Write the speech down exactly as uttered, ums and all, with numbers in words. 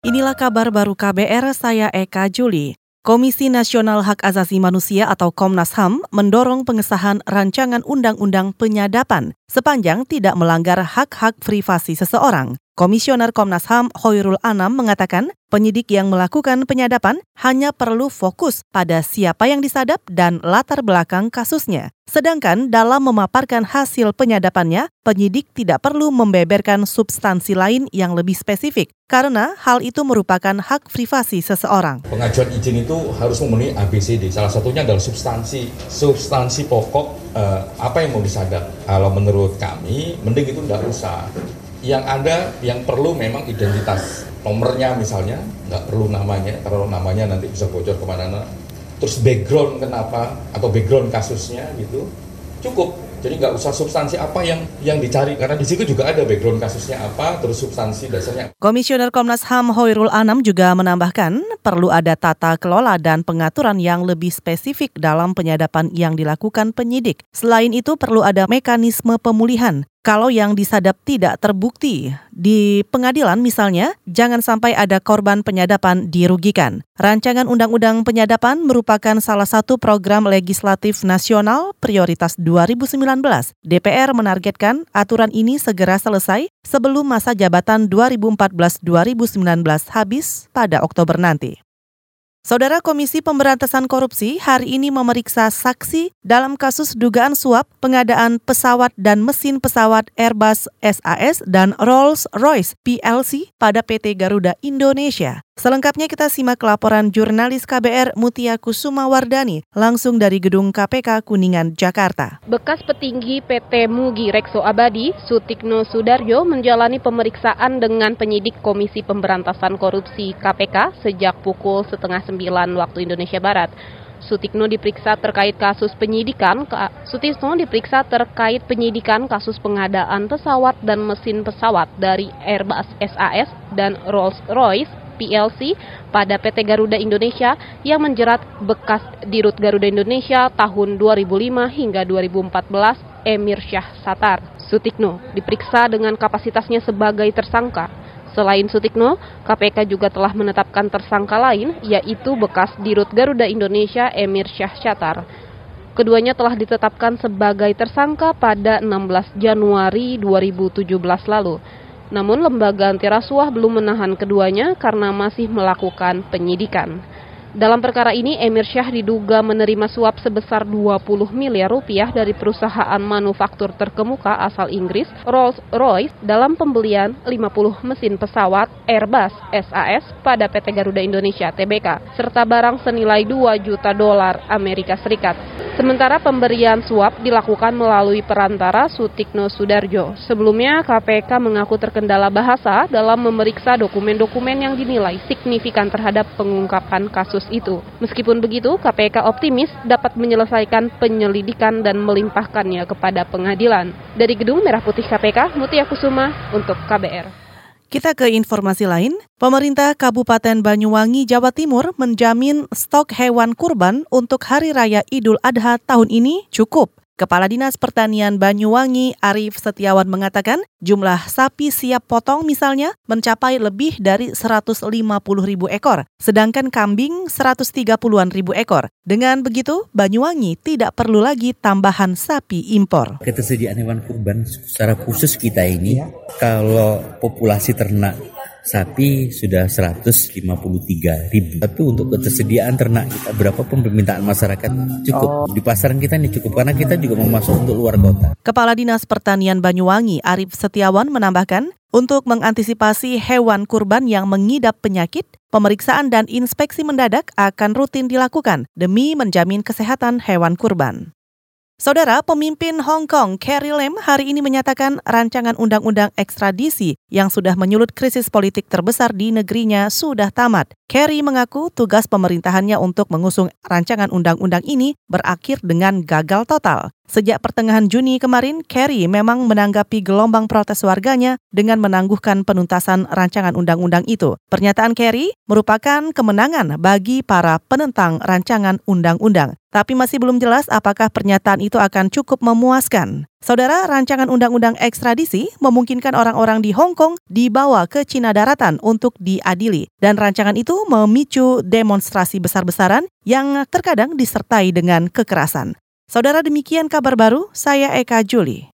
Inilah kabar baru K B R, saya Eka Juli. Komisi Nasional Hak Asasi Manusia atau Komnas H A M mendorong pengesahan rancangan undang-undang penyadapan sepanjang tidak melanggar hak-hak privasi seseorang. Komisioner Komnas H A M Hoirul Anam mengatakan penyidik yang melakukan penyadapan hanya perlu fokus pada siapa yang disadap dan latar belakang kasusnya. Sedangkan dalam memaparkan hasil penyadapannya, penyidik tidak perlu membeberkan substansi lain yang lebih spesifik karena hal itu merupakan hak privasi seseorang. Pengajuan izin itu harus memenuhi A B C D. Salah satunya adalah substansi, substansi pokok eh, apa yang mau disadap. Kalau menurut kami, mending itu tidak usah. Yang ada, yang perlu memang identitas. Nomornya misalnya, nggak perlu namanya, kalau namanya nanti bisa bocor kemana-mana. Terus background kenapa, atau background kasusnya gitu, cukup. Jadi nggak usah substansi apa yang yang dicari, karena di situ juga ada background kasusnya apa, terus substansi dasarnya. Komisioner Komnas H A M Hoirul Anam juga menambahkan perlu ada tata kelola dan pengaturan yang lebih spesifik dalam penyadapan yang dilakukan penyidik. Selain itu perlu ada mekanisme pemulihan. Kalau yang disadap tidak terbukti di pengadilan misalnya, jangan sampai ada korban penyadapan dirugikan. Rancangan Undang-Undang Penyadapan merupakan salah satu program legislatif nasional prioritas dua ribu sembilan belas. D P R menargetkan aturan ini segera selesai sebelum masa jabatan dua ribu empat belas sampai dua ribu sembilan belas habis pada Oktober nanti. Saudara Komisi Pemberantasan Korupsi hari ini memeriksa saksi dalam kasus dugaan suap pengadaan pesawat dan mesin pesawat Airbus S A S dan Rolls-Royce P L C pada P T Garuda Indonesia. Selengkapnya kita simak laporan jurnalis K B R Mutia Kusuma Wardani langsung dari gedung K P K Kuningan, Jakarta. Bekas petinggi P T Mugi Rekso Abadi, Sutikno Sudarjo menjalani pemeriksaan dengan penyidik Komisi Pemberantasan Korupsi K P K sejak pukul setengah sembilan waktu Indonesia Barat. Sutikno diperiksa terkait kasus penyidikan, Sutisno diperiksa terkait penyidikan kasus pengadaan pesawat dan mesin pesawat dari Airbus S A S dan Rolls-Royce P L C pada P T Garuda Indonesia yang menjerat bekas Dirut Garuda Indonesia tahun dua ribu lima hingga dua ribu empat belas Emir Syah Satar. Sutikno diperiksa dengan kapasitasnya sebagai tersangka. Selain Sutikno, K P K juga telah menetapkan tersangka lain, yaitu bekas Dirut Garuda Indonesia Emir Syah Satar. Keduanya telah ditetapkan sebagai tersangka pada enam belas Januari dua ribu tujuh belas lalu. Namun lembaga anti rasuah belum menahan keduanya karena masih melakukan penyidikan. Dalam perkara ini, Emir Syah diduga menerima suap sebesar dua puluh miliar rupiah dari perusahaan manufaktur terkemuka asal Inggris, Rolls-Royce, dalam pembelian lima puluh mesin pesawat Airbus S A S pada P T Garuda Indonesia T B K, serta barang senilai dua juta dolar Amerika Serikat. Sementara pemberian suap dilakukan melalui perantara Sutikno Sudarjo. Sebelumnya, K P K mengaku terkendala bahasa dalam memeriksa dokumen-dokumen yang dinilai signifikan terhadap pengungkapan kasus itu. Meskipun begitu, K P K optimis dapat menyelesaikan penyelidikan dan melimpahkannya kepada pengadilan. Dari Gedung Merah Putih K P K, Mutia Kusuma untuk K B R. Kita ke informasi lain. Pemerintah Kabupaten Banyuwangi, Jawa Timur menjamin stok hewan kurban untuk Hari Raya Idul Adha tahun ini cukup. Kepala Dinas Pertanian Banyuwangi Arief Setiawan mengatakan jumlah sapi siap potong misalnya mencapai lebih dari seratus lima puluh ribu ekor, sedangkan kambing seratus tiga puluhan ribu ekor. Dengan begitu, Banyuwangi tidak perlu lagi tambahan sapi impor. Ketersediaan hewan kurban secara khusus kita ini, kalau populasi ternak sapi sudah seratus lima puluh tiga ribu. Tapi untuk ketersediaan ternak kita, berapapun permintaan masyarakat cukup. Di pasaran kita ini cukup karena kita juga mau masuk untuk luar kota. Kepala Dinas Pertanian Banyuwangi Arief Setiawan menambahkan, untuk mengantisipasi hewan kurban yang mengidap penyakit, pemeriksaan dan inspeksi mendadak akan rutin dilakukan demi menjamin kesehatan hewan kurban. Saudara, pemimpin Hong Kong Carrie Lam hari ini menyatakan rancangan undang-undang ekstradisi yang sudah menyulut krisis politik terbesar di negerinya sudah tamat. Carrie mengaku tugas pemerintahannya untuk mengusung rancangan undang-undang ini berakhir dengan gagal total. Sejak pertengahan Juni kemarin, Kerry memang menanggapi gelombang protes warganya dengan menangguhkan penuntasan rancangan undang-undang itu. Pernyataan Kerry merupakan kemenangan bagi para penentang rancangan undang-undang. Tapi masih belum jelas apakah pernyataan itu akan cukup memuaskan. Saudara, rancangan undang-undang ekstradisi memungkinkan orang-orang di Hong Kong dibawa ke Cina daratan untuk diadili. Dan rancangan itu memicu demonstrasi besar-besaran yang terkadang disertai dengan kekerasan. Saudara, demikian kabar baru, saya Eka Juli.